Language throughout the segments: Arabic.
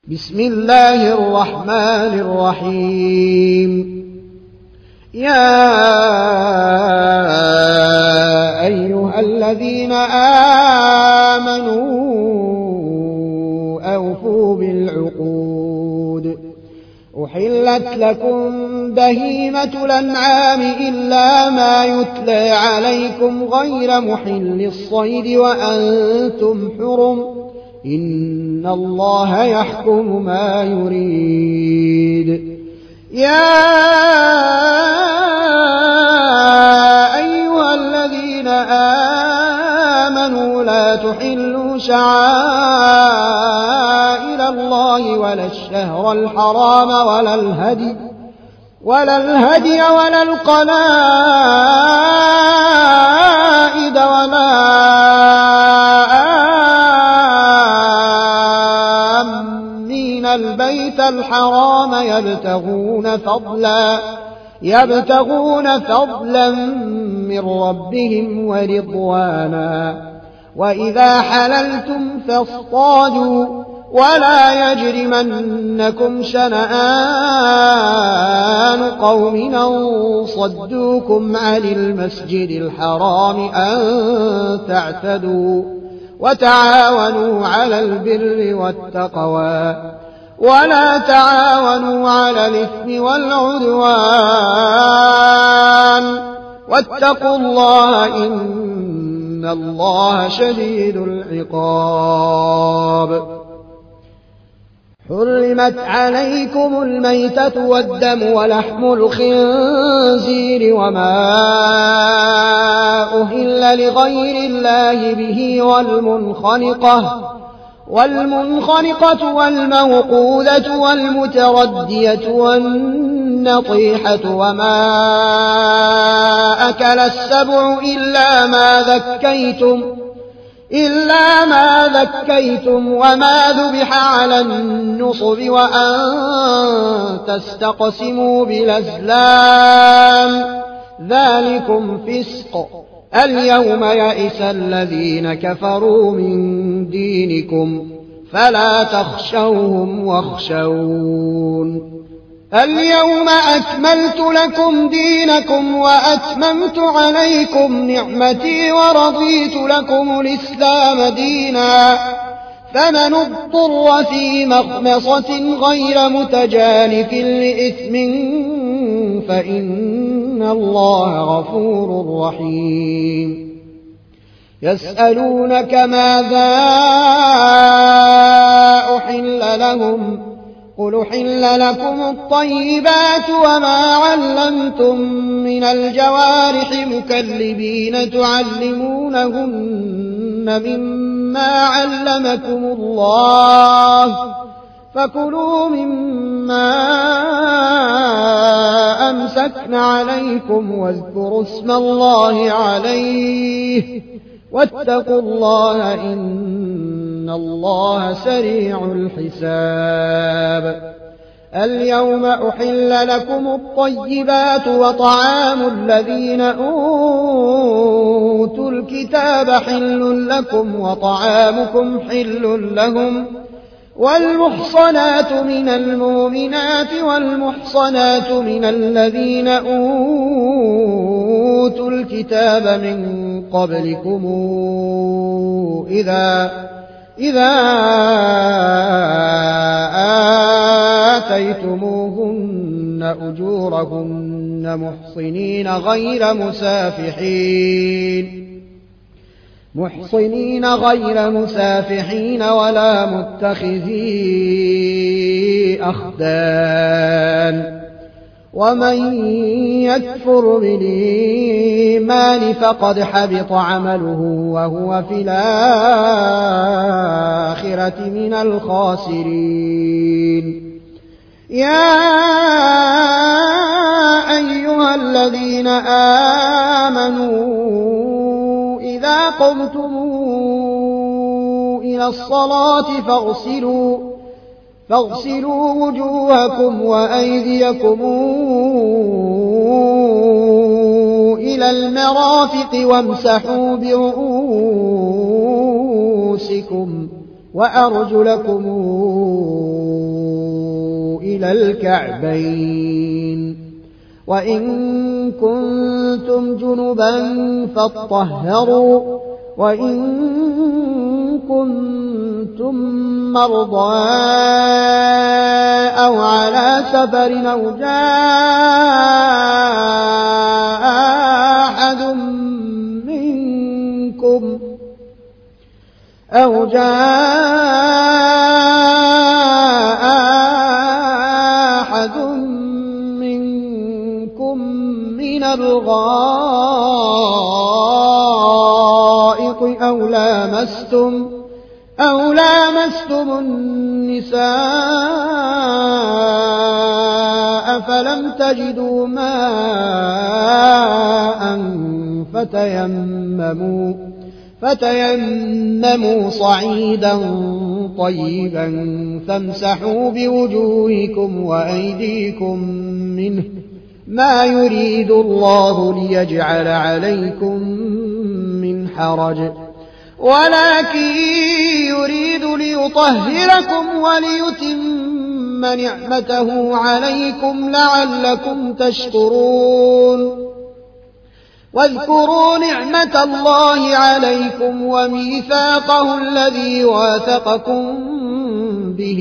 بسم الله الرحمن الرحيم. يا أيها الذين آمنوا أوفوا بالعقود. أحلت لكم بهيمة الأنعام إلا ما يتلى عليكم غير محل الصيد وأنتم حرم، إن الله يحكم ما يريد. يا أيها الذين آمنوا لا تحلوا شعائر الله ولا الشهر الحرام ولا الهدي ولا القلائد ولا آمين البيت الحرام يبتغون فضلا من ربهم ورضوانا. وإذا حللتم فاصطادوا ولا يجرمنكم شنآن قوم أن صدوكم عن المسجد الحرام أن تعتدوا، وتعاونوا على البر والتقوى ولا تعاونوا على الإثم والعدوان، واتقوا الله إن الله شديد العقاب. حرمت عليكم الميتة والدم ولحم الخنزير وما أهل لغير الله به والمنخنقة والموقوذة والمتردية والنطيحة وما أكل السبع إلا ما ذكيتم وما ذبح على النصب وأن تستقسموا بالأزلام، ذلكم فسق. اليوم يئس الذين كفروا من دينكم فلا تخشوهم واخشون. اليوم أكملت لكم دينكم وأتممت عليكم نعمتي ورضيت لكم الإسلام دينا، فمن اضطر في مخمصة غير متجانف لإثم فإن الله غفور رحيم. يسألونك ماذا أحل لهم، قل أحل لكم الطيبات وما علمتم من الجوارح مكلبين تعلمونهن مما علمكم الله، فكلوا مما أمسكن عليكم واذكروا اسم الله عليه واتقوا الله إن الله سريع الحساب. اليوم أحل لكم الطيبات وطعام الذين أوتوا الكتاب حل لكم وطعامكم حل لهم، والمحصنات من المؤمنات والمحصنات من الذين أوتوا الكتاب من قبلكم إذا آتيتموهن أجورهن محصنين غير مسافحين ولا متخذي أخدان. ومن يكفر بالإيمان فقد حبط عمله وهو في الآخرة من الخاسرين. يا أيها الذين آمنوا إذا قمتم إلى الصلاة فاغسلوا وجوهكم وأيديكم إلى المرافق وامسحوا برؤوسكم وأرجلكم إلى الكعبين وإن كنتم جنبا فاطهروا وإن كنتم مرضى أو على سفر أو جاء أحد منكم من الغائط أو لامستم النساء فلم تجدوا ماء فتيمموا صعيدا طيبا فامسحوا بوجوهكم وأيديكم منه ما يريد الله ليجعل عليكم من حرج ولكن يريد ليطهركم وليتم نعمته عليكم لعلكم تشكرون واذكروا نعمة الله عليكم وميثاقه الذي واثقكم به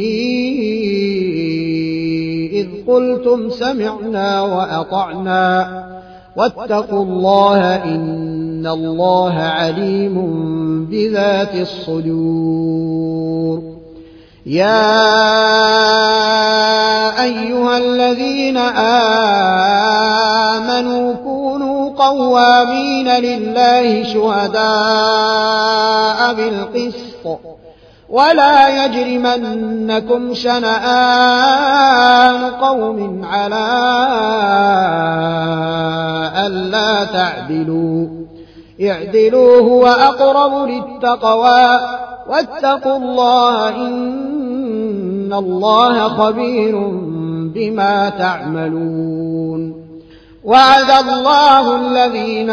إذ قلتم سمعنا وأطعنا واتقوا الله إن الله عليم بذات الصدور يا أيها الذين آمنوا كونوا قوامين لله شهداء بالقسط ولا يجرمنكم شنآن قوم على ألا تعدلوا اعدلوا هو أقرب للتقوى واتقوا الله إن الله خبير بما تعملون وعد الله الذين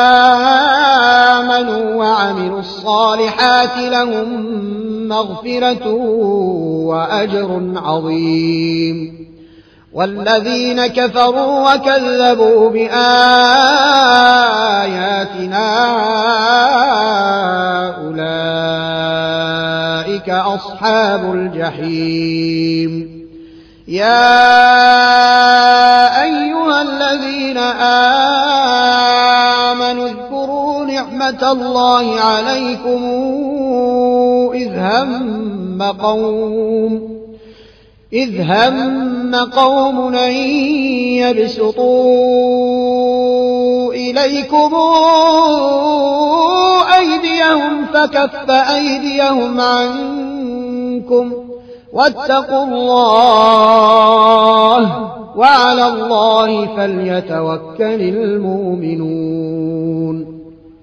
آمنوا وعملوا الصالحات لهم مغفرة وأجر عظيم والذين كفروا وكذبوا بآياتنا أولئك أصحاب الجحيم يا أيها الذين آمنوا اذكروا نعمة الله عليكم إذ هم قوم أن يبسطوا إليكم أيديهم فكف أيديهم عنكم واتقوا الله وعلى الله فليتوكل المؤمنون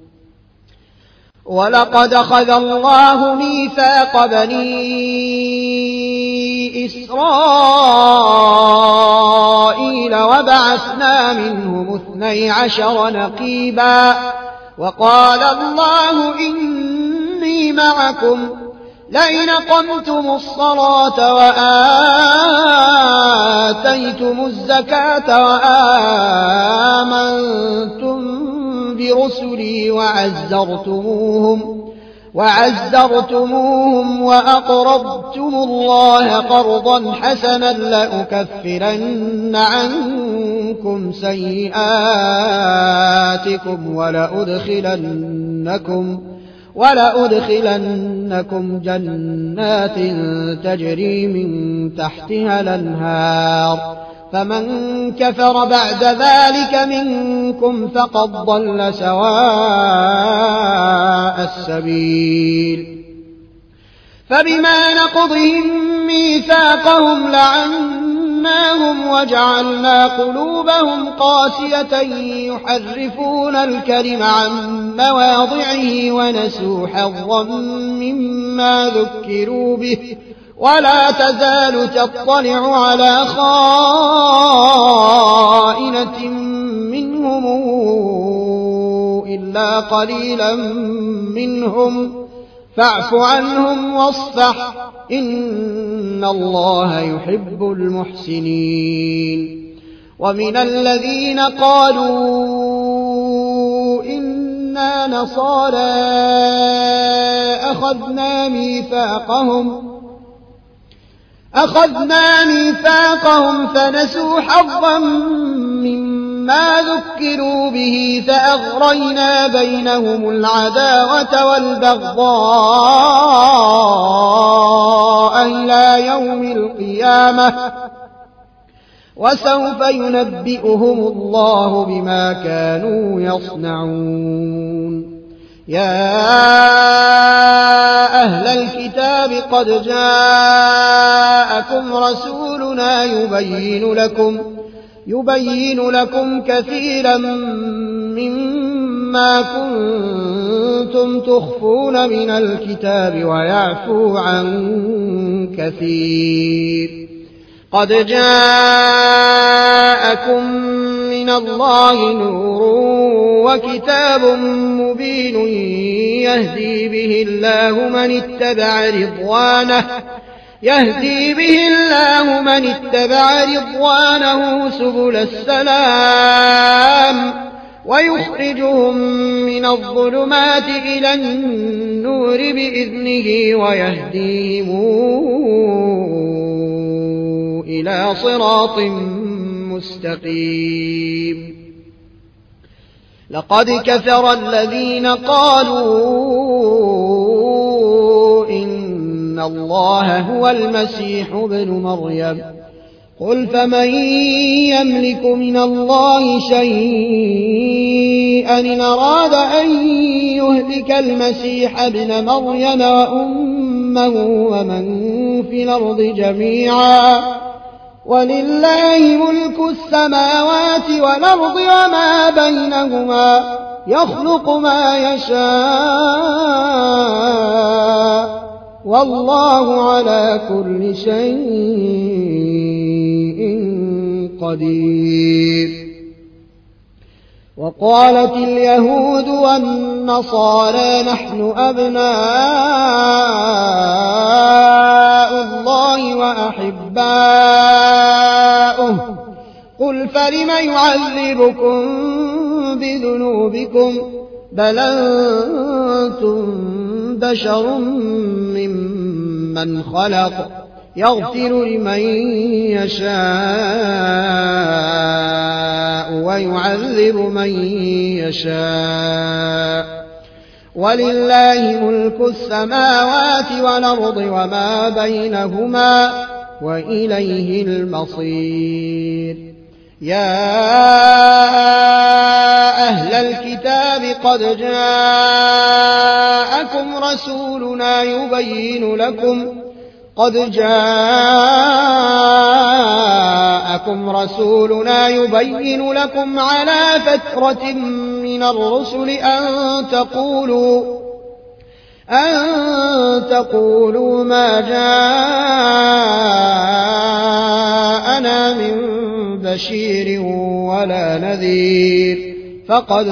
ولقد أخذ الله ميثاق بني إسرائيل وبعثنا منهم 12 نقيبا وقال الله إني معكم لئن أقمتم الصلاة وآتيتم الزكاة وآمنتم برسلي وعزرتموهم وأقرضتم الله قرضا حسنا لأكفرن عنكم سيئاتكم ولأدخلنكم جنات تجري من تحتها الأنهار فمن كفر بعد ذلك منكم فقد ضل سواء السبيل فبما نقضهم ميثاقهم لعناهم وجعلنا قلوبهم قاسية يحرفون الكلم عن مواضعه ونسوا حظا مما ذكروا به ولا تزال تطلع على خائنة منهم إلا قليلا منهم فاعف عنهم واصفح إن الله يحب المحسنين. ومن الذين قالوا إنا نصارى أخذنا ميثاقهم فنسوا حظا مما ذكروا به فأغرينا بينهم العداوة والبغضاء إلى يوم القيامة وسوف ينبئهم الله بما كانوا يصنعون. يا أهل الكتاب قد جاءكم رسولنا يبين لكم كثيرا مما كنتم تخفون من الكتاب ويعفو عن كثير. قد جاءكم من الله نور وكتاب مبين يهدي به الله من اتبع رضوانه سبل السلام ويخرجهم من الظلمات إلى النور بإذنه ويهديهم إلى صراط مستقيم. لقد كفر الذين قالوا إن الله هو المسيح ابن مريم قل فمن يملك من الله شيئا إن أراد أن يهلك المسيح ابن مريم وأمه ومن في الأرض جميعا ولله ملك السماوات والأرض وما بينهما يخلق ما يشاء والله على كل شيء قدير. وقالت اليهود والنصارى نحن أبناء الله وأحباؤه قل فلم يعذبكم بذنوبكم بل أنتم بشر ممن خلق يغفر لمن يشاء ويعذب من يشاء ولله ملك السماوات والأرض وما بينهما وإليه المصير. يا أهل الكتاب قد جاءكم رسولنا يبين لكم على فترة من الرسل أن تقولوا ما جاءنا من بشير ولا نذير فقد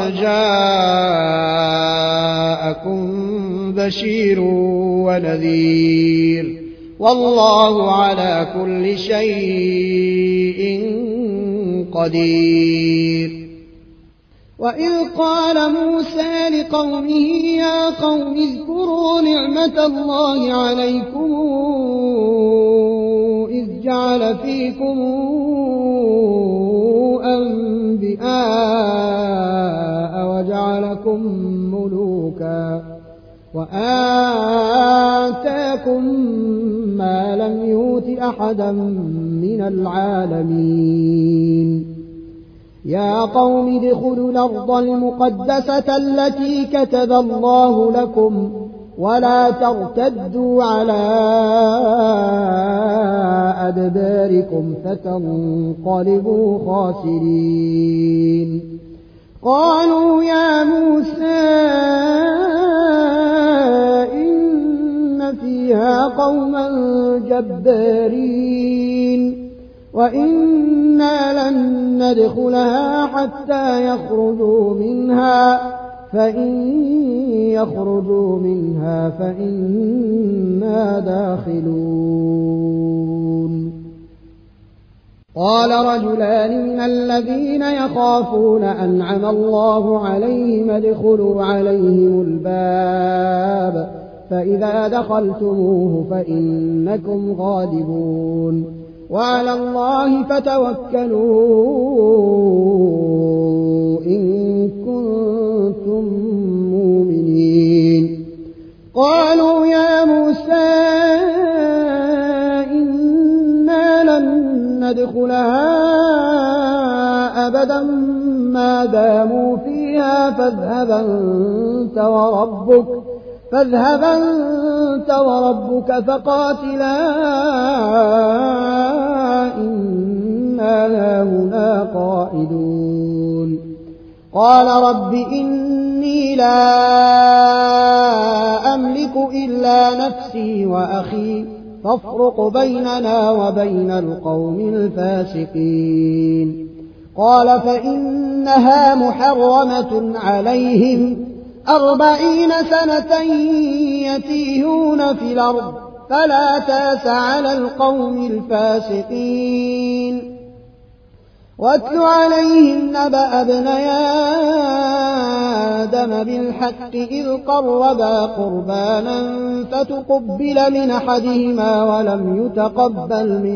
جاءكم بشير ونذير والله على كل شيء قدير. وإذ قال موسى لقومه يا قوم اذكروا نعمة الله عليكم إذ جعل فيكم أنبياء وجعلكم ملوكا وآتاكم ما لم يؤت أحدا من العالمين. يا قوم ادخلوا الأرض المقدسة التي كتب الله لكم ولا ترتدوا على أدباركم فتنقلبوا خاسرين. قالوا يا موسى إن فيها قوما جبارين وإنا لن ندخلها حتى يخرجوا منها فإن يخرجوا منها فإنا داخلون. قال رجلان من الذين يخافون أنعم الله عليهم ادخلوا عليهم الباب فإذا دخلتموه فإنكم غالبون وعلى الله فتوكلوا إن كنتم مؤمنين. قالوا يا موسى إنا لن ندخلها أبدا ما داموا فيها فاذهب أنت وربك فقاتلا إنا هاهنا قاعدون. قال رب إني لا أملك إلا نفسي وأخي فافرق بيننا وبين القوم الفاسقين. قال فإنها محرمة عليهم 40 سنة يتيهون في الأرض فلا تأس على القوم الفاسقين. واتل عليهم نبأ ابني آدم بالحق إذ قربا قربانا فتقبل من أحدهما ولم يتقبل من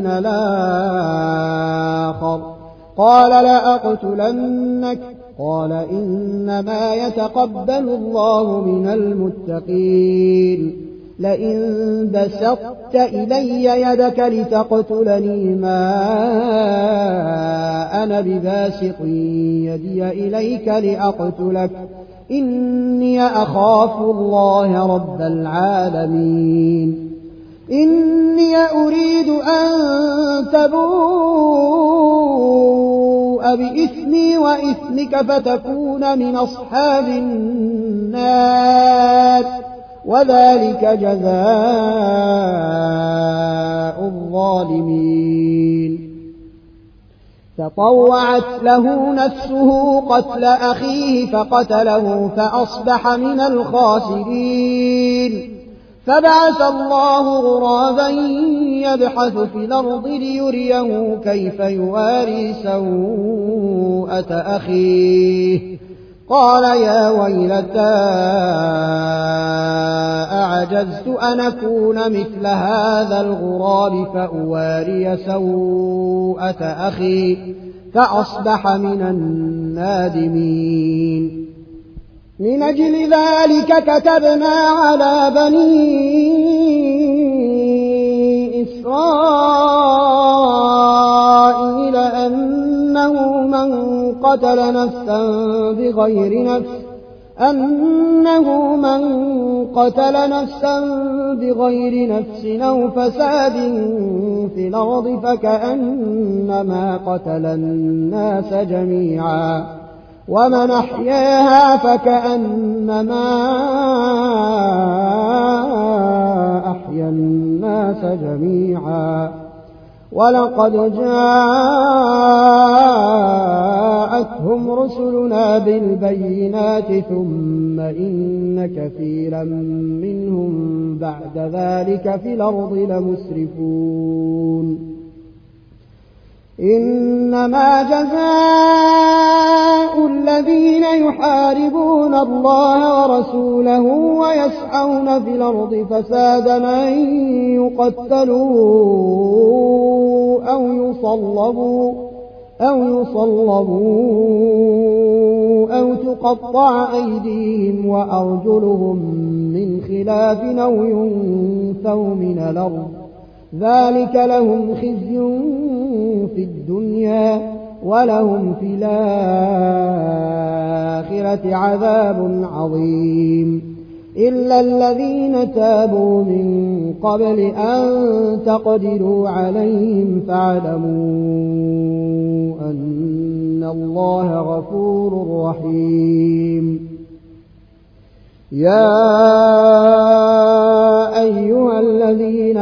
الآخر قال لأقتلنك قال إنما يتقبل الله من المتقين. لئن بسطت إلي يدك لتقتلني ما أنا بباسط يدي إليك لأقتلك إني أخاف الله رب العالمين. إني أريد أن تبوء بإثمي وإثمك فتكون من أصحاب النار وذلك جزاء الظالمين. فطوعت له نفسه قتل أخيه فقتله فأصبح من الخاسرين. فبعث الله غرابا يبحث في الأرض ليريه كيف يواري سوءة أخيه قال يا ويلتى أعجزت أن أكون مثل هذا الغراب فأواري سوءة أخي فأصبح من النادمين. من أجل ذلك كتبنا على بني إسرائيل أنه من قتل نفسا بغير نفس أو فساد في الأرض فكأنما قتل الناس جميعا ومن أحياها فكأنما أحيا الناس جميعا. ولقد جاءتهم رسلنا بالبينات ثم إن كثيرا منهم بعد ذلك في الأرض لمسرفون. إنما جزاء الذين يحاربون الله ورسوله ويسعون في الأرض فسادا أن يقتلوا أو يصلبوا أو تقطع أيديهم وأرجلهم من خلاف أو ينفوا من الأرض ذلك لهم خزي في الدنيا ولهم في الآخرة عذاب عظيم. إلا الذين تابوا من قبل أن تقدروا عليهم فاعلموا أن الله غفور رحيم. يا أيها الذين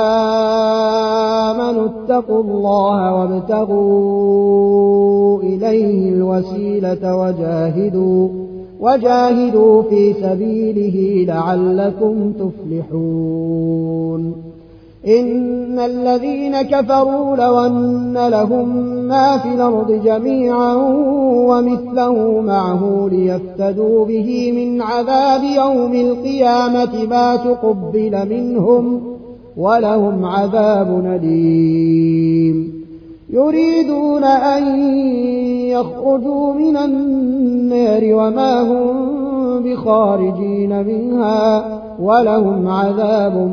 آمنوا اتقوا الله وابتغوا إليه الوسيلة وجاهدوا في سبيله لعلكم تفلحون إن الذين كفروا لو أن لهم ما في الأرض جميعا ومثله معه ليفتدوا به من عذاب يوم القيامة ما تقبل منهم ولهم عذاب أليم يريدون أن يخرجوا من النار وما هم بخارجين منها ولهم عذاب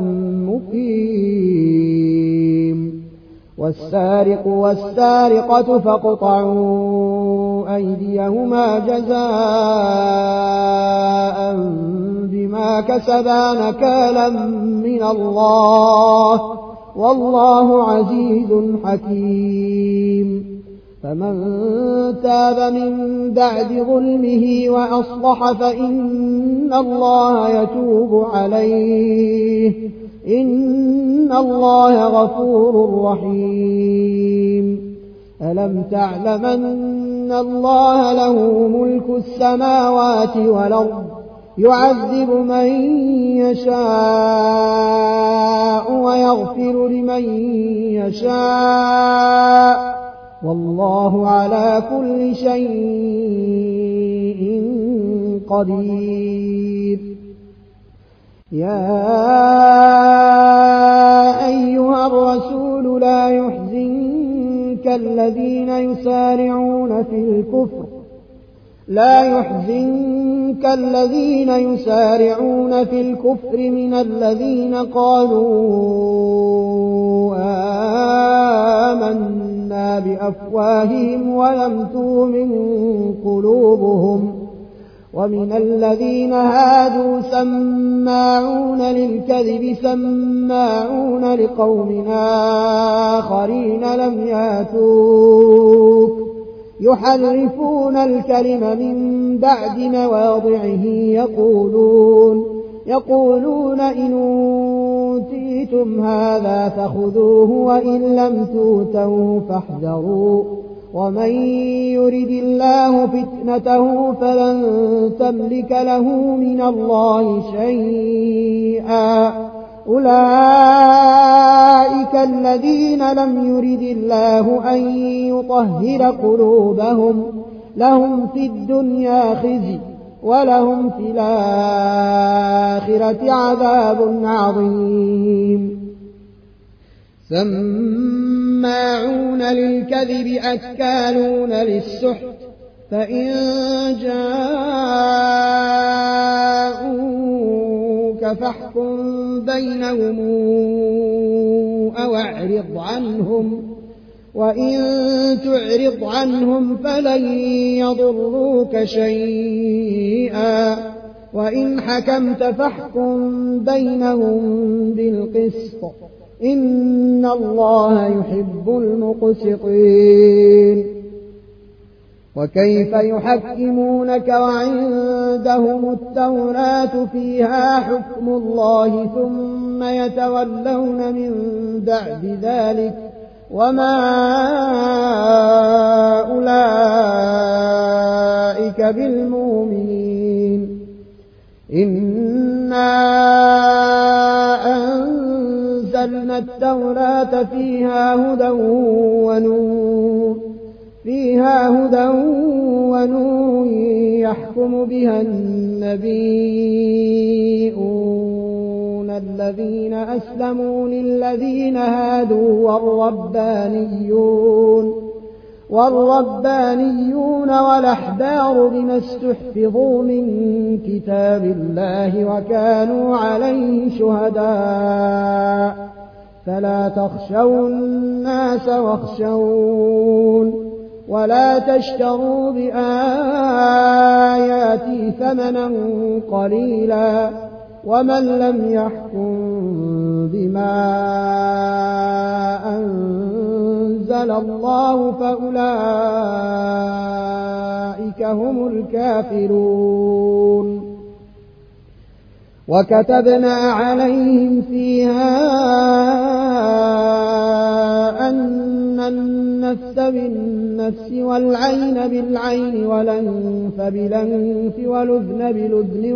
مقيم والسارق والسارقة فاقطعوا أيديهما جزاء بما كسبا نكالا من الله والله عزيز حكيم فمن تاب من بعد ظلمه وأصلح فإن الله يتوب عليه إن الله غفور رحيم ألم تعلم أن الله له ملك السماوات والأرض يعذب من يشاء ويغفر لمن يشاء والله على كل شيء قدير يا أيها الرسول لا يحزنك الذين يسارعون في الكفر من الذين قالوا آمنا بأفواههم ولم تؤمن قلوبهم ومن الذين هادوا سماعون للكذب سماعون لقوم آخرين لم ياتوك يحرفون الكلم من بعد مواضعه يقولون إن أوتيتم هذا فخذوه وإن لم تؤتوه فاحذروا ومن يرد الله فتنته فلن تملك له من الله شيئا أولئك الذين لم يرد الله أن يطهر قلوبهم لهم في الدنيا خزي ولهم في الآخرة عذاب عظيم سماعون للكذب أكالون للسحت فإن جاءوك فاحكم بينهم أو أعرض عنهم وإن تعرض عنهم فلن يضروك شيئا وإن حكمت فاحكم بينهم بالقسط إن الله يحب المقسطين وكيف يحكمونك وعندهم التوراة فيها حكم الله ثم يتولون من بعد ذلك وما أولئك بالمؤمنين إنا أنزلنا التوراة فيها هدى ونور يحكم بها النبيون الذين أسلموا للذين هادوا والربانيون والأحبار بما استحفظوا من كتاب الله وكانوا عليه شهداء فلا تخشوا الناس واخشون ولا تشتروا بآياتي ثمنا قليلا ومن لم يحكم بما أنزل الله فأولئك هم الكافرون وكتبنا عليهم فيها أن النفس بالنفس والعين بالعين والأنف بالأنف والأذن بالأذن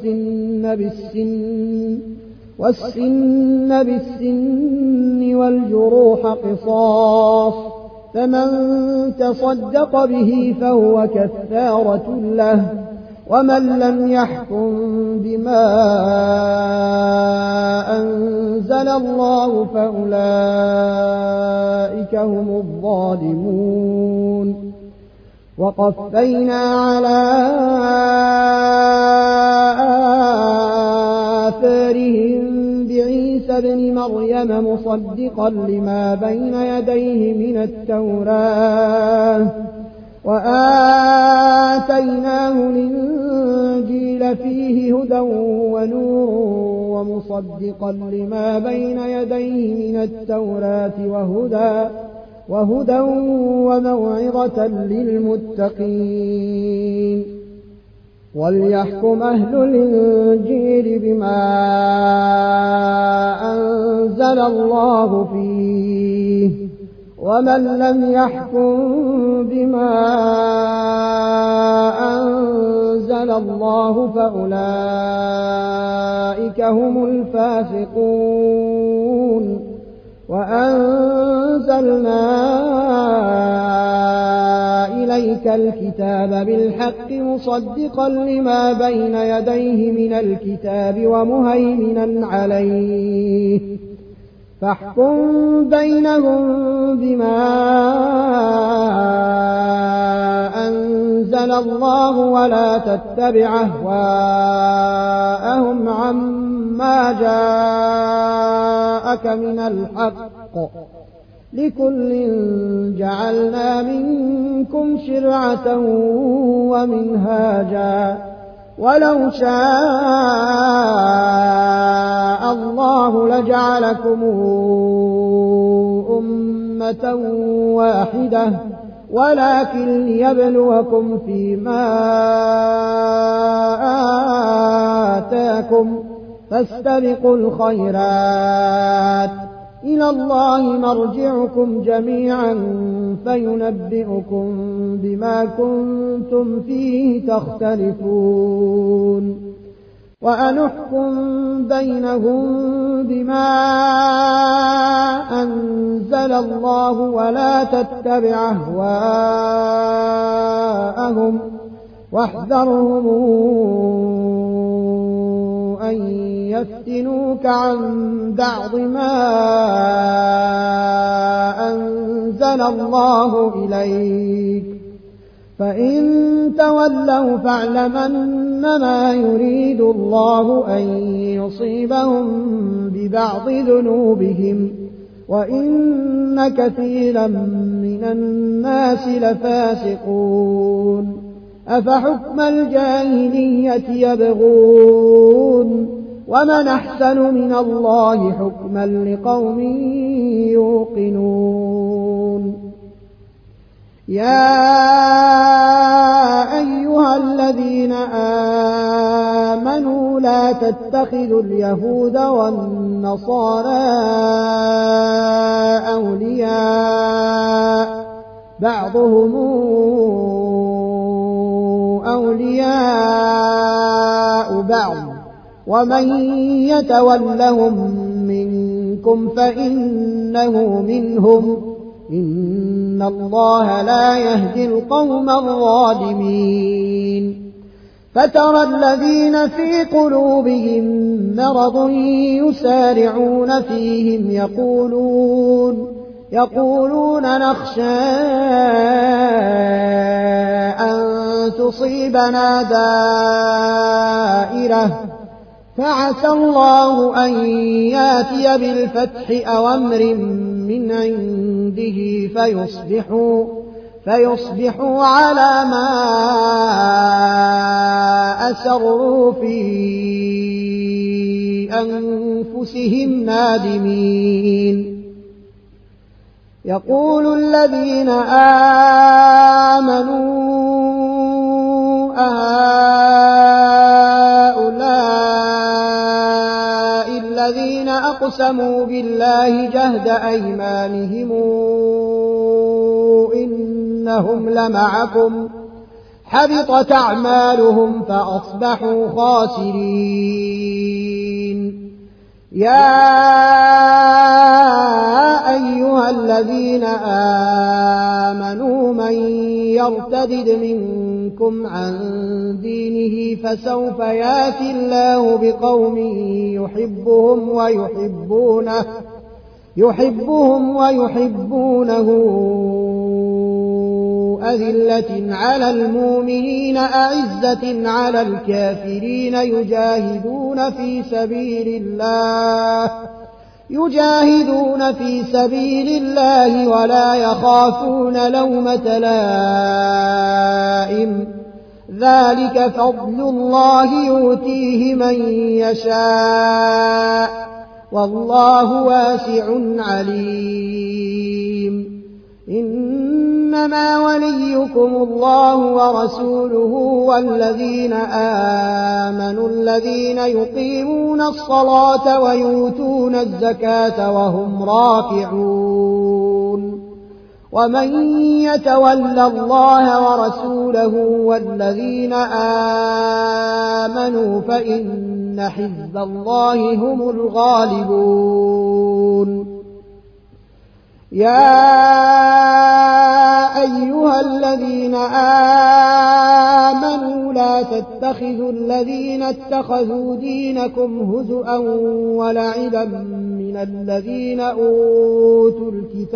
والسن بالسن والجروح قصاص، فمن تصدق به فهو كفارة له، ومن لم يحكم بما أنزل الله فأولئك هم الظالمون. وقفينا على آثارهم بعيسى ابن مريم مصدقا لما بين يديه من التوراة، وآتيناه الإنجيل فيه هدى ونور ومصدقا لما بين يديه من التوراة وهدى وموعظة للمتقين. وليحكم أهل الإنجيل بما أنزل الله فيه، ومن لم يحكم بما أنزل الله فأولئك هم الفاسقون. وأنزلنا إليك الكتاب بالحق مصدقا لما بين يديه من الكتاب ومهيمنا عليه، فاحكم بينهم بما أنزل الله ولا تتبع أهواءهم عما جاءك من الحق، لكل جعلنا منكم شرعة ومنهاجا، ولو شاء الله لجعلكم أمة واحدة، ولكن ليبلوكم فيما آتاكم، فاستبقوا الخيرات، إلى الله مرجعكم جميعا فينبئكم بما كنتم فيه تختلفون. وأنحكم بينهم بما أنزل الله ولا تتبع أهواءهم، واحذرهم أن يفتنوك عن بعض ما أنزل الله إليك، فإن تولوا فاعلم أنما يريد الله أن يصيبهم ببعض ذنوبهم، وإن كثيرا من الناس لفاسقون. أفحكم الجاهلية يبغون، ومن أحسن من الله حكما لقوم يوقنون. يا أيها الذين آمنوا لا تتخذوا اليهود والنصارى أولياء، بعضهم أولياء بعض، ومن يتولهم منكم فإنه منهم، إن الله لا يهدي القوم الظالمين. فترى الذين في قلوبهم مرض يسارعون فيهم يقولون نخشى أن تصيبنا دائرة، فعسى الله أن ياتي بالفتح أو أمر من عنده فيصبحوا على ما أسروا في أنفسهم نادمين. يقول الذين آمنوا أهؤلاء الذين أقسموا بالله جهد أيمانهم إنهم لمعكم حبطت أعمالهم فأصبحوا خاسرين. يا أيها الذين آمنوا من يرتد منكم عن دينه فسوف يأتي الله بقوم يحبهم ويحبونه أذلة على المؤمنين أعزة على الكافرين يجاهدون في سبيل الله ولا يخافون لومة لائم ذلك فضل الله يؤتيه من يشاء والله واسع عليم. إنما وليكم الله ورسوله والذين آمنوا الذين يقيمون الصلاة ويؤتون الزكاة وهم راكعون. ومن يتول الله ورسوله والذين آمنوا فإن حزب الله هم الغالبون. يا أيها الذين آمنوا لا تتخذوا الذين اتخذوا دينكم هزؤا ولعبا من الذين أوتوا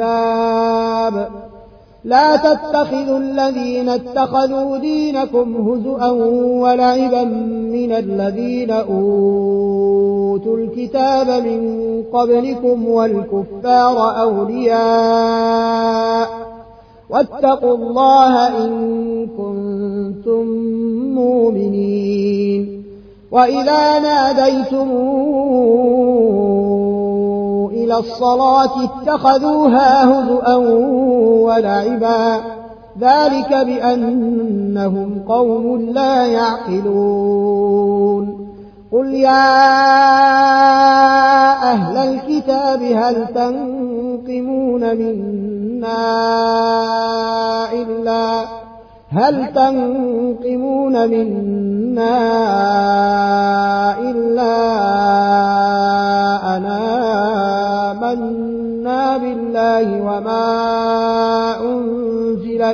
الكتاب من قبلكم والكفار أولياء واتقوا الله إن كنتم مؤمنين. وإذا ناديتم إلى الصلاة اتخذوها هزؤا ولعبا ذلك بأنهم قوم لا يعقلون. قل يا أهل الكتاب هل تنقمون منا إلا أن آمنا بالله وما أنزل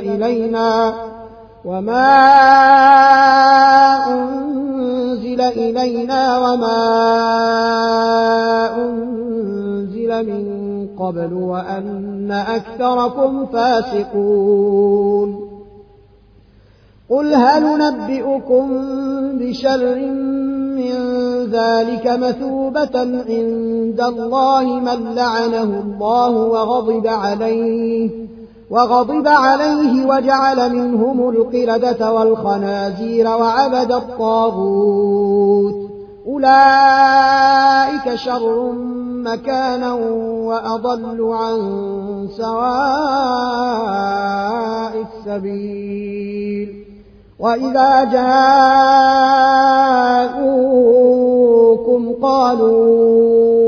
إلينا وما أنزل من قبل وأن أكثركم فاسقون. قل هل ننبئكم بشر من ذلك مثوبة عند الله من لعنه الله وغضب عليه وجعل منهم القردة والخنازير وعبد الطاغوت أولئك شر مكانا وأضل عن سواء السبيل. وإذا جاءوكم قالوا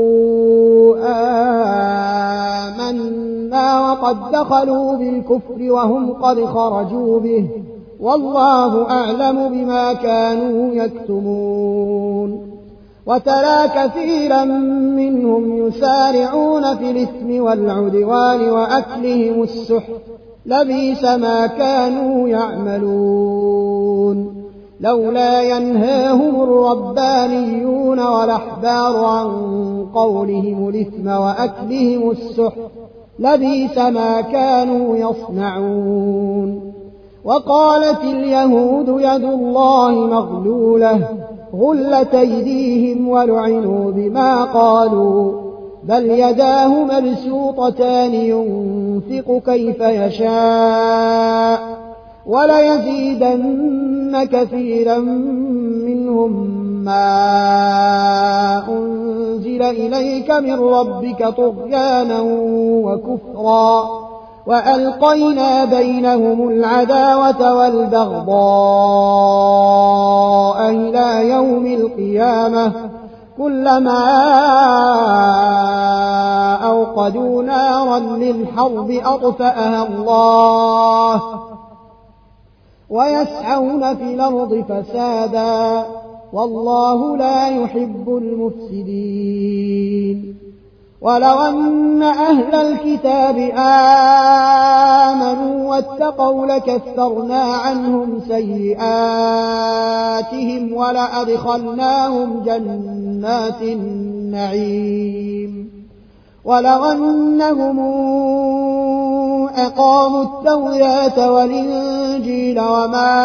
آمنا وقد دخلوا بالكفر وهم قد خرجوا به والله أعلم بما كانوا يكتمون. وترى كثيرا منهم يسارعون في الإثم والعدوان وأكلهم السحت لبئس ما كانوا يعملون. لولا ينهاهم الربانيون والأحبار عن قولهم الإثم وأكلهم السحت لبئس ما كانوا يصنعون. وقالت اليهود يد الله مغلولة غلت أيديهم ولعنوا بما قالوا بل يداه مبسوطتان ينفق كيف يشاء وليزيدن كثيرا منهم ما أنزل إليك من ربك طغيانا وكفرا وألقينا بينهم العداوة والبغضاء إلى يوم القيامة كلما أوقدوا نارا للحرب أطفأها الله ويسعون في الأرض فسادا والله لا يحب المفسدين. ولو أن أهل الكتاب آمنوا واتقوا لكفرنا عنهم سيئاتهم ولأدخلناهم جنات النعيم. ولو أنهم أقاموا التوراة والإنجيل وما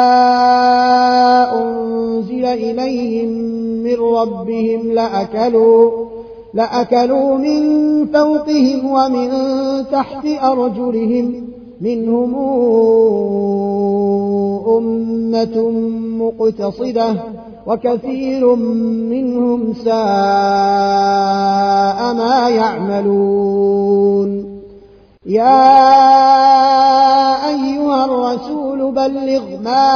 أنزل إليهم من ربهم لأكلوا من فوقهم ومن تحت أرجلهم منهم أمة مقتصدة وكثير منهم ساء ما يعملون. يا أيها الرسول بلغ ما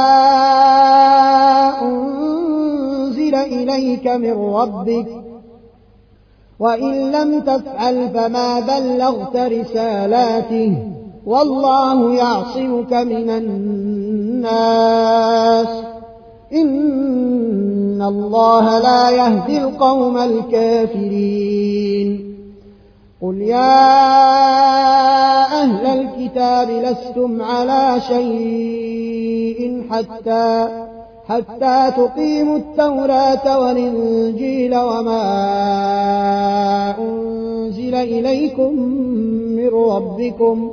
أنزل إليك من ربك وإن لم تفعل فما بلغت رسالاته والله يعصمك من الناس إن الله لا يهدي القوم الكافرين. قل يا أهل الكتاب لستم على شيء حتى تقيموا التوراة والإنجيل وما أنزل إليكم من ربكم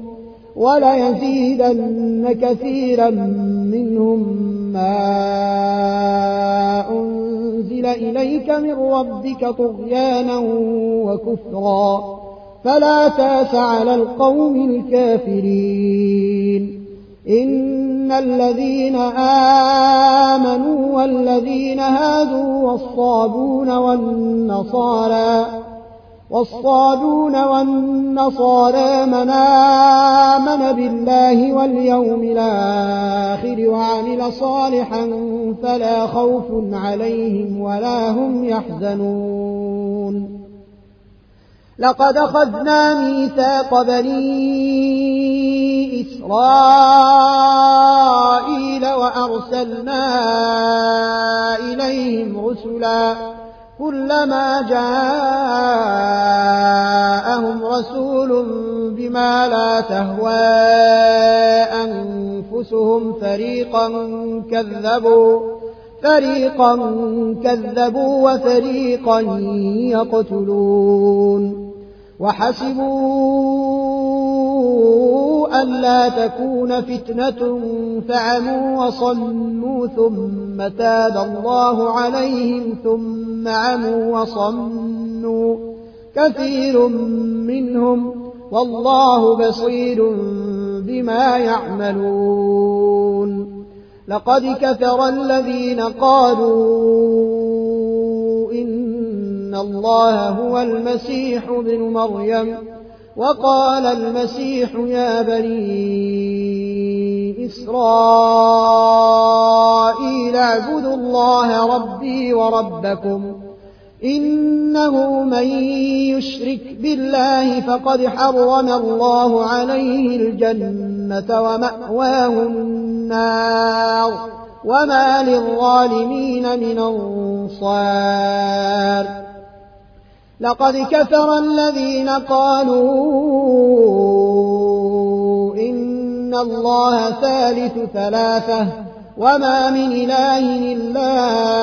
وليزيدن كثيرا منهم ما أنزل إليك من ربك طغيانا وكفرا فلا تاس على القوم الكافرين. إن الذين آمنوا والذين هادوا والصابون والنصارى من آمن بالله واليوم الآخر وعمل صالحا فلا خوف عليهم ولا هم يحزنون. لقد أخذنا ميثاق بني إسرائيل وأرسلنا إليهم رسلا كلما جاءهم رسول بما لا تهوى أنفسهم فريقا كذبوا وفريقا يقتلون. وحسبوا ألا تكون فتنة فعموا وصموا ثم تاب الله عليهم ثم عموا وصموا كثير منهم والله بصير بما يعملون. لقد كفر الذين قالوا إن الله هو المسيح ابن مريم وقال المسيح يا بني إسرائيل اعبدوا الله ربي وربكم إنه من يشرك بالله فقد حرم الله عليه الجنة ومأواه النار وما للظالمين من أنصار. لقد كفر الذين قالوا إن الله ثالث ثلاثة وما من إله إلا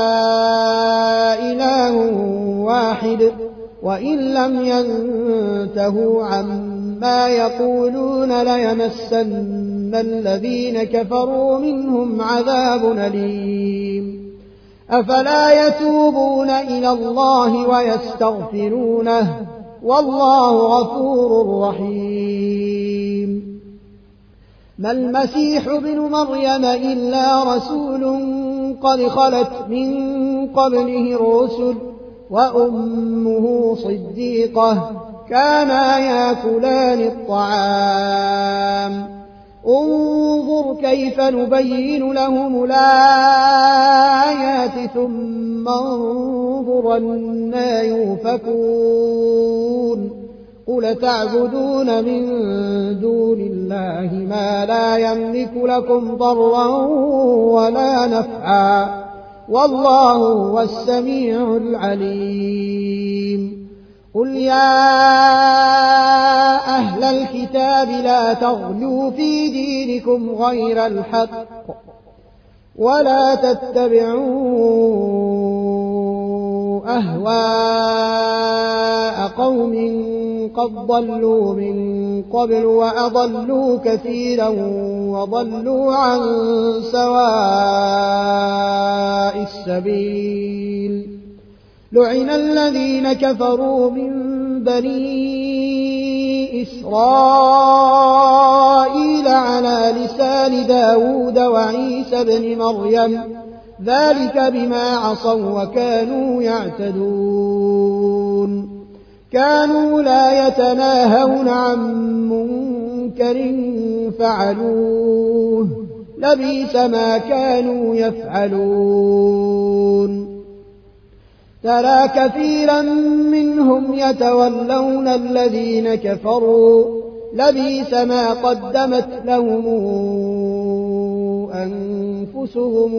إله واحد وإن لم ينتهوا عما يقولون ليمسن الذين كفروا منهم عذاب أليم. أفلا يتوبون إلى الله ويستغفرونه والله غفور رحيم. ما المسيح ابن مريم إلا رسول قد خلت من قبله الرسل وأمه صديقة كانا يأكلان الطعام انظر كيف نبين لهم الآيات ثم انظر أنى يؤفكون قل تعبدون من دون الله ما لا يملك لكم ضرا ولا نفعا والله هو السميع العليم قل يا أهل الكتاب لا تغلوا في دينكم غير الحق ولا تتبعوا أهواء قوم قد ضلوا من قبل وأضلوا كثيرا وضلوا عن سواء السبيل لعن الذين كفروا من بني إسرائيل على لسان داود وعيسى بن مريم ذلك بما عصوا وكانوا يعتدون كانوا لا يتناهون عن منكر فعلوه لبئس ما كانوا يفعلون ترى كثيرا منهم يتولون الذين كفروا لبئس ما قدمت لهم أنفسهم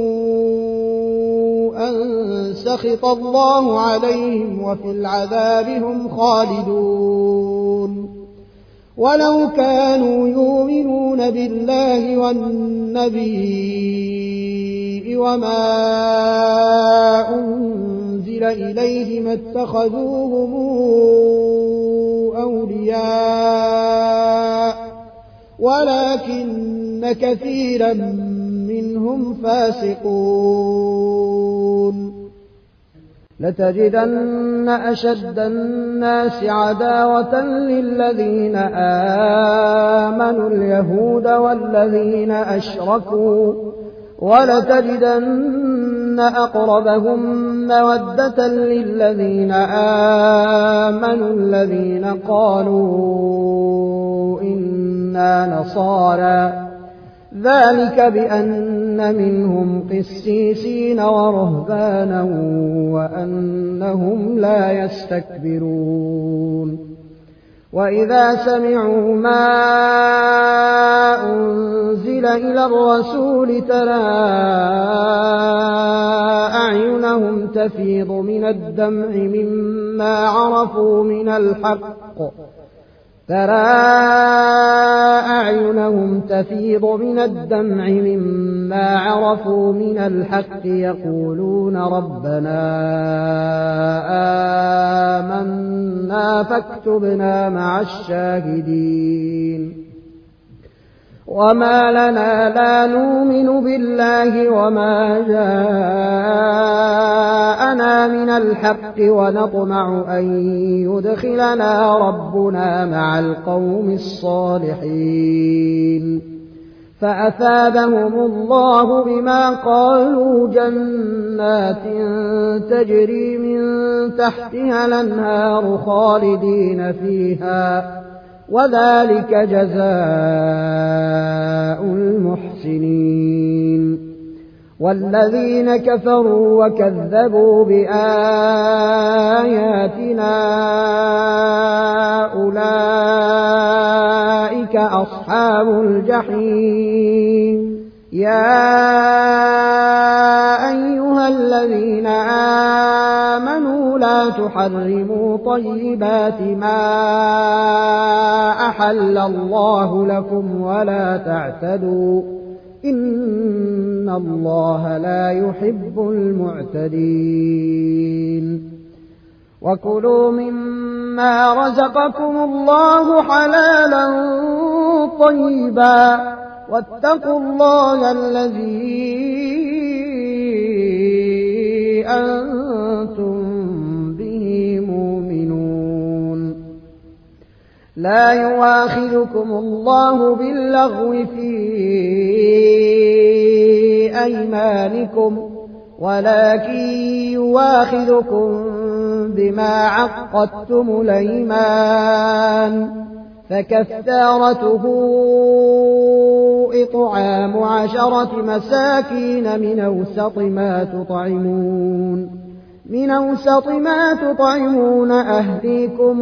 أن سخط الله عليهم وفي العذاب هم خالدون ولو كانوا يؤمنون بالله والنبي وما أنزل إليه ما اتخذوهم أولياء ولكن كثيرا منهم فاسقون لتجدن أشد الناس عداوة للذين آمنوا اليهود والذين أشركوا ولتجدن أقربهم مودة للذين آمنوا الذين قالوا إنا نصارى ذلك بأن منهم قسيسين ورهبانا وأنهم لا يستكبرون وإذا سمعوا ما أنزل إلى الرسول ترى أعينهم تفيض من الدمع مما عرفوا من الحق يقولون ربنا آمنا فاكتبنا مع الشاهدين وما لنا لا نؤمن بالله وما جاءنا من الحق ونطمع أن يدخلنا ربنا مع القوم الصالحين فأثابهم الله بما قالوا جنات تجري من تحتها الأنهار خالدين فيها وذلك جزاء المحسنين والذين كفروا وكذبوا بآياتنا أولئك أصحاب الجحيم يا أيها الذين آمنوا لا تحرموا طيبات ما أحل الله لكم ولا تعتدوا إن الله لا يحب المعتدين وكلوا مما رزقكم الله حلالا طيبا واتقوا الله الذي أنتم به مؤمنون لا يؤاخذكم الله باللغو في أيمانكم ولكن يؤاخذكم بما عقدتم الأيمان فكفارته إطعام 10 مساكين من أوسط ما تطعمون أهليكم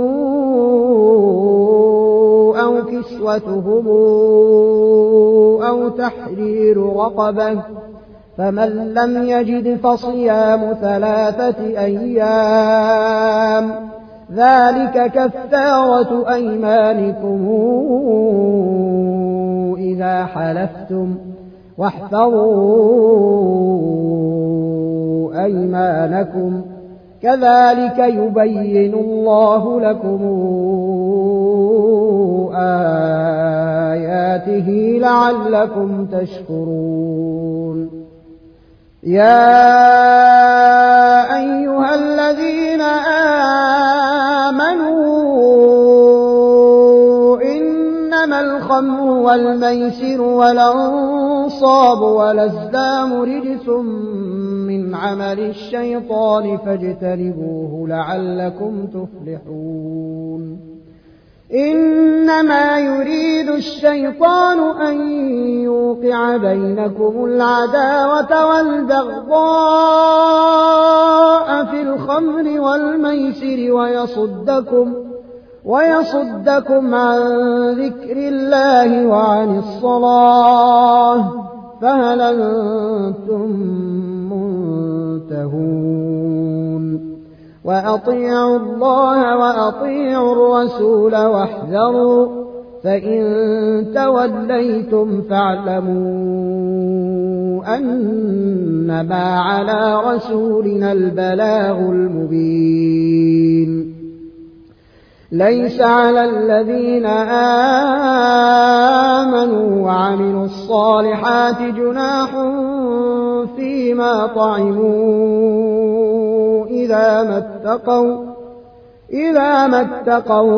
أو كسوتهم أو تحرير رقبة، فمن لم يجد فصيام 3 أيام، ذلك كفارة أيمانكم إذا حلفتم، واحفظوا أيمانكم، كذلك يبين الله لكم آياته لعلكم تشكرون. يا أيها الذين آمنوا إنما الخمر والميسر والأنصاب والأزلام رجس من عمل الشيطان فاجتنبوه لعلكم تفلحون. إنما يريد الشيطان أن يوقع بينكم العداوة والبغضاء في الخمر والميسر ويصدكم عن ذكر الله وعن الصلاة، فهل أنتم منتهون؟ وأطيعوا الله وأطيعوا الرسول واحذروا، فإن توليتم فاعلموا أنما على رسولنا البلاغ المبين. ليس على الذين آمنوا وعملوا الصالحات جناح فيما طعموا إذا ما اتقوا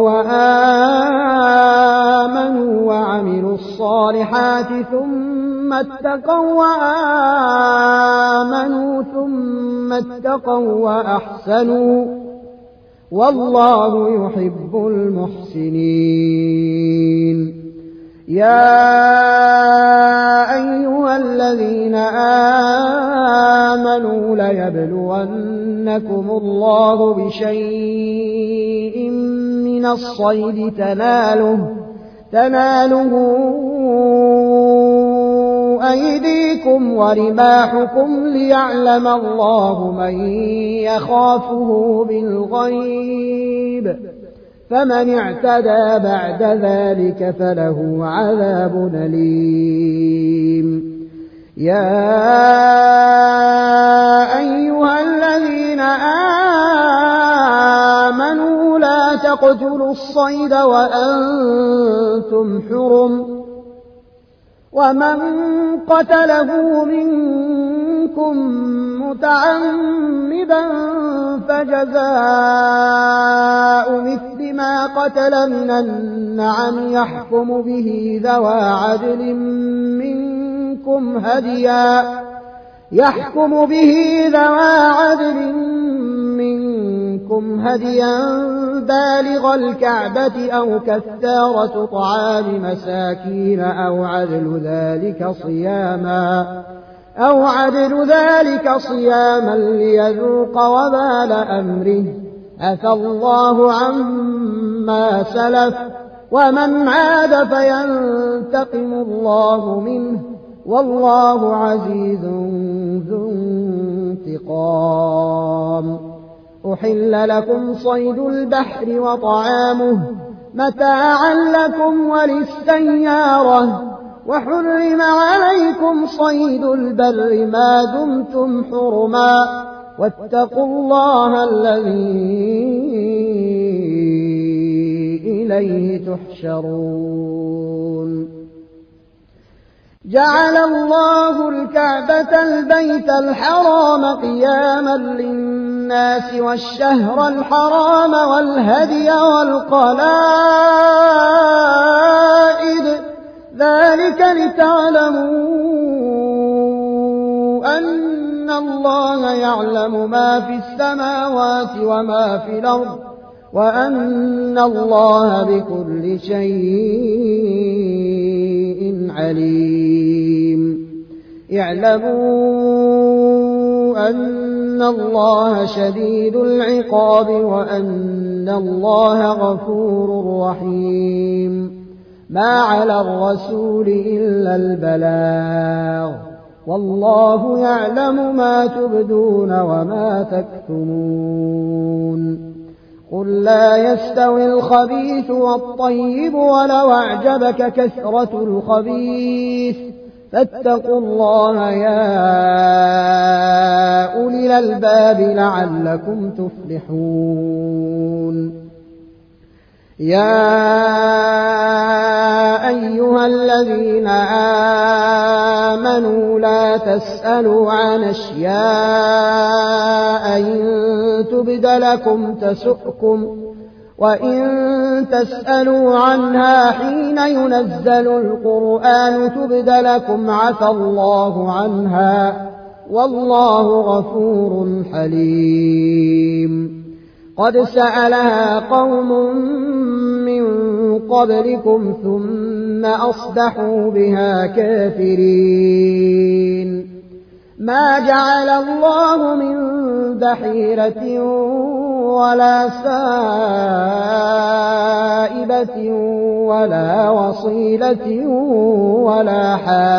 وآمنوا وعملوا الصالحات ثم اتقوا وآمنوا ثم اتقوا وأحسنوا، والله يحب المحسنين. يا أيها الذين آمنوا ليبلونكم الله بشيء من الصيد تناله أيديكم ورماحكم ليعلم الله من يخافه بالغيب، فمن اعتدى بعد ذلك فله عذاب أليم. يا أيها الذين آمنوا لا تقتلوا الصيد وأنتم حرم، ومن قتله منكم متعمدا فجزاء مثل ما قتل من النعم يحكم به ذوى عدل منكم هديا بالغ الكعبة أو كفارة طعام مساكين أو عدل ذلك صياما ليذوق وبال أمره، عفى الله عما سلف، ومن عاد فينتقم الله منه، والله عزيز ذو انتقام. أحل لكم صيد البحر وطعامه متاعا لكم وللسيارة، وحرم عليكم صيد البر ما دمتم حرما، واتقوا الله الذي إليه تحشرون. جعل الله الكعبة البيت الحرام قياما للناس والشهر الحرام والهدي والقلائد، ذلك لتعلموا أن الله يعلم ما في السماوات وما في الأرض، وأن الله بكل شيء عليم. اعلموا أن الله شديد العقاب وأن الله غفور رحيم. ما على الرسول إلا البلاغ والله يعلم ما تبدون وما تكتمون. قل لا يستوي الخبيث والطيب ولو أعجبك كثرة الخبيث فاتقوا الله يا أولي الألباب لعلكم تفلحون. يا أيها الذين آمنوا لا تسألوا عن أشياء إن تبد لكم تسؤكم وإن تسألوا عنها حين ينزل القرآن تبد لكم عفى الله عنها والله غفور حليم. قد سألها قوم من قبلكم ثم أصبحوا بها كافرين. ما جعل الله من بحيرة ولا سائبة ولا وصيلة ولا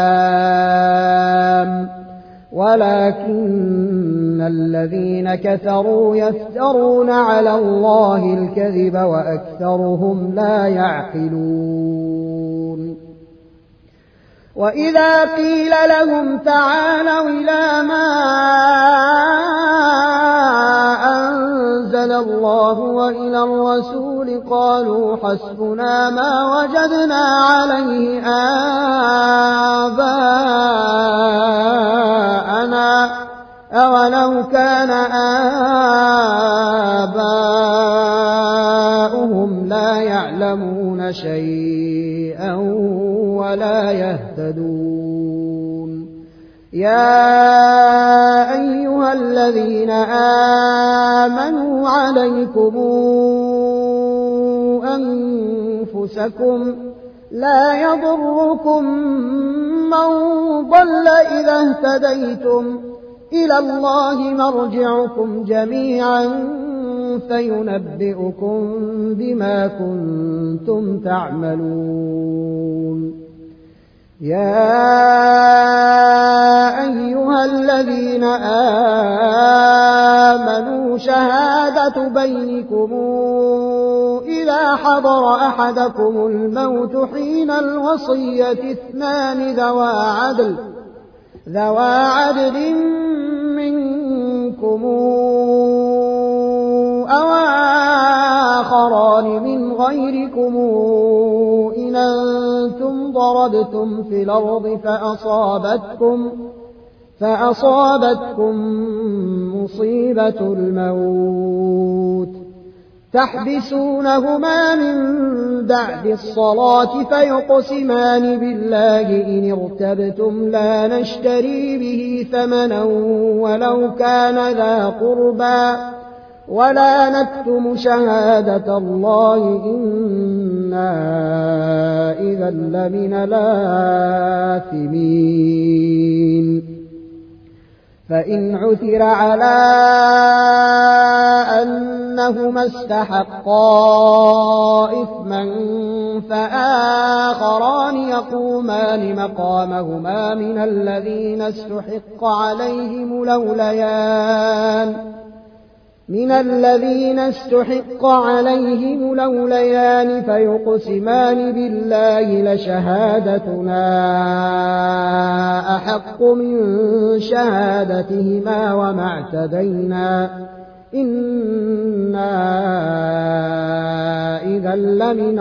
حام ولكن الذين كفروا يفترون على الله الكذب وأكثرهم لا يعقلون. وإذا قيل لهم تعالوا إلى ما أنزل الله وإلى الرسول قالوا حسبنا ما وجدنا عليه آباءنا أولو كان آباؤهم لا يعلمون شيئا ولا يهتدون. يا أيها الذين آمنوا عليكم أنفسكم لا يضركم من ضل إذا اهتديتم إلى الله مرجعكم جميعا فينبئكم بما كنتم تعملون. يا أيها الذين آمنوا شهادة بينكم إذا حضر أحدكم الموت حين الوصية اثنان ذوى عدل منكم أو آخران من غيركم إن أنتم ضربتم في الأرض فأصابتكم مصيبة الموت تحبسونهما من بعد الصلاة فيقسمان بالله إن ارتبتم لا نشتري به ثمنا ولو كان ذا قربى ولا نكتم شهادة الله إنا إذا لمن الآثمين. فإن عثر على أنهما استحقا إثما فآخران يقومان مقامهما من الذين استحق عليهم الأوليان فيقسمان بالله لشهادتنا أحق من شهادتهما وما اعتدينا إنا إذا لمن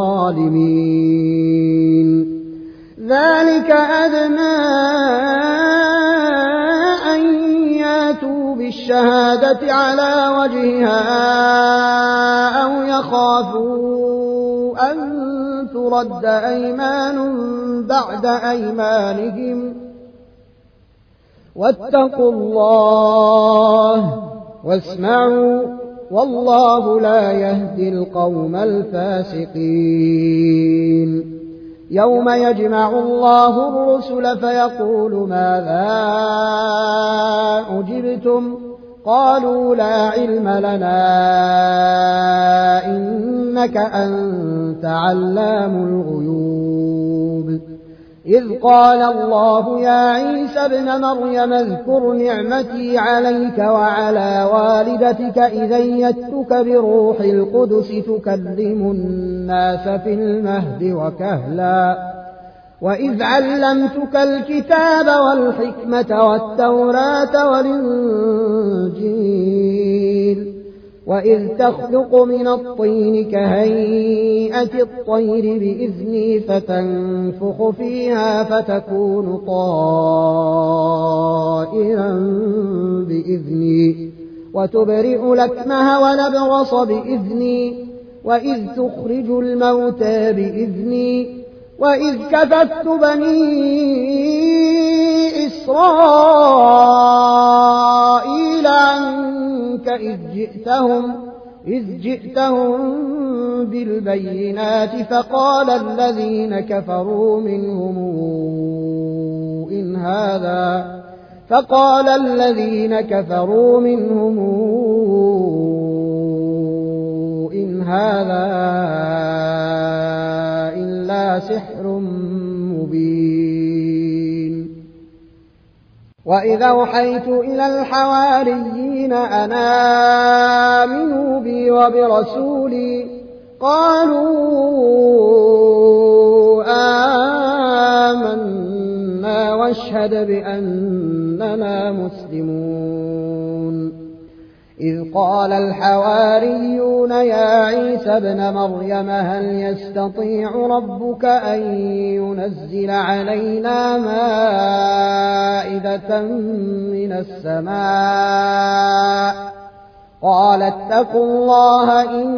الظالمين. ذلك أدنى أن ياتوا بالشهادة على وجهها أو يخافوا أن ترد أيمان بعد أيمانهم واتقوا الله واسمعوا والله لا يهدي القوم الفاسقين. يوم يجمع الله الرسل فيقول ماذا أجبتم قالوا لا علم لنا إنك أنت علام الغيوب إذ قال الله يا عيسى ابن مريم اذكر نعمتي عليك وعلى والدتك إذ أيدتك بروح القدس تكلم الناس في المهد وكهلا وإذ علمتك الكتاب والحكمة والتوراة والإنجيل وإذ تخلق من الطين كهيئة الطير بإذني فتنفخ فيها فتكون طائرا بإذني وتبرئ الأكمه والأبرص بإذني وإذ تخرج الموتى بإذني وإذ كففت بني إسرائيل عنك إذ جئتهم بالبينات فقال الذين كفروا منهم إن هذا إلا سحر مبين وإذا أوحيت إلى الحواريين أن آمنوا بي وبرسولي قالوا آمنا واشهد بأننا مسلمون إذ قال الحواريون يا عيسى ابن مريم هل يستطيع ربك أن ينزل علينا مائدة من السماء قال اتقوا الله إن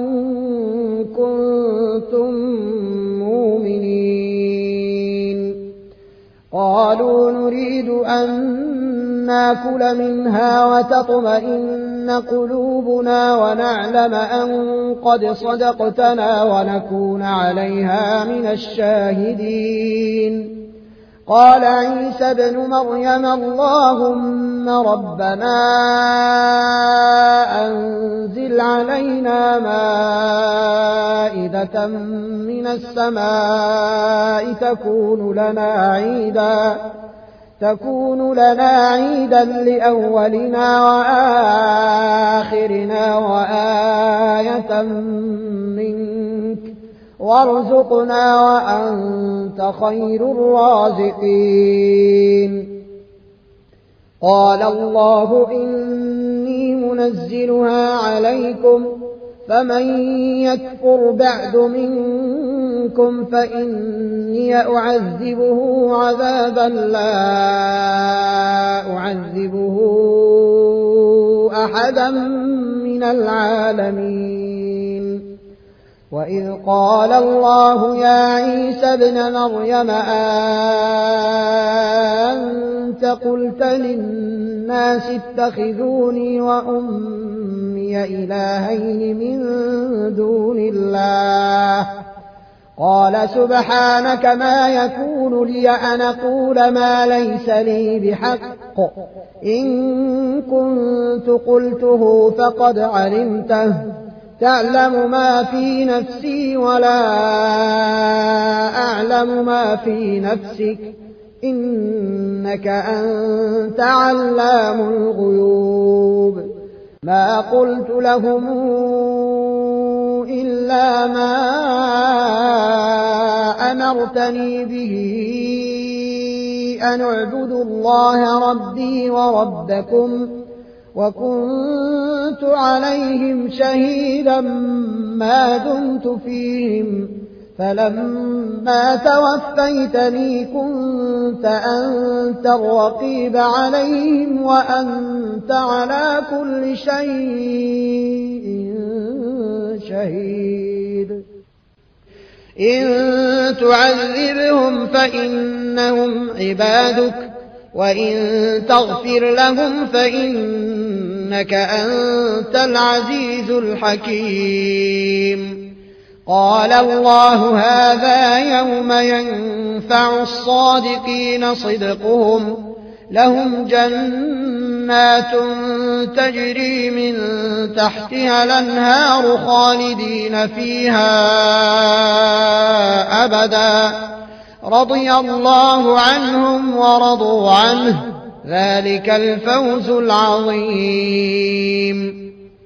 كنتم مؤمنين قالوا نريد أن ناكل منها وتطمئن قلوبنا ونعلم أن قد صدقتنا ونكون عليها من الشاهدين قال عيسى ابن مريم اللهم ربنا أنزل علينا مائدة من السماء تكون لنا عيدا لأولنا وآخرنا وآية منك وارزقنا وأنت خير الرازقين قال الله إني منزلها عليكم فمن يكفر بعد منكم فإني أعذبه عذابا لا أعذبه أحدا من العالمين وإذ قال الله يا عيسى ابن مريم أنت قلت للناس اتخذوني وأمي إلهين من دون الله قال سبحانك ما يكون لي أن أقول ما ليس لي بحق إن كنت قلته فقد علمته تعلم ما في نفسي ولا أعلم ما في نفسك إنك أنت علام الغيوب ما قلت لهم إلا ما أمرتني به أن اعبدوا الله ربي وربكم وكنت عليهم شهيدا ما دمت فيهم فلما توفيتني كنت أنت الرقيب عليهم وأنت على كل شيء شهيد إن تعذبهم فإنهم عبادك وإن تغفر لهم فإنك أنت العزيز الحكيم قال الله هذا يوم ينفع الصادقين صدقهم لهم جنات تجري من تحتها الأنهار خالدين فيها أبدا رضي الله عنهم ورضوا عنه ذلك الفوز العظيم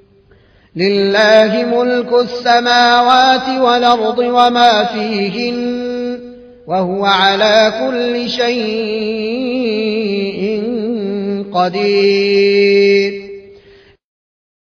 لله ملك السماوات والأرض وما فيهن وهو على كل شيء قدير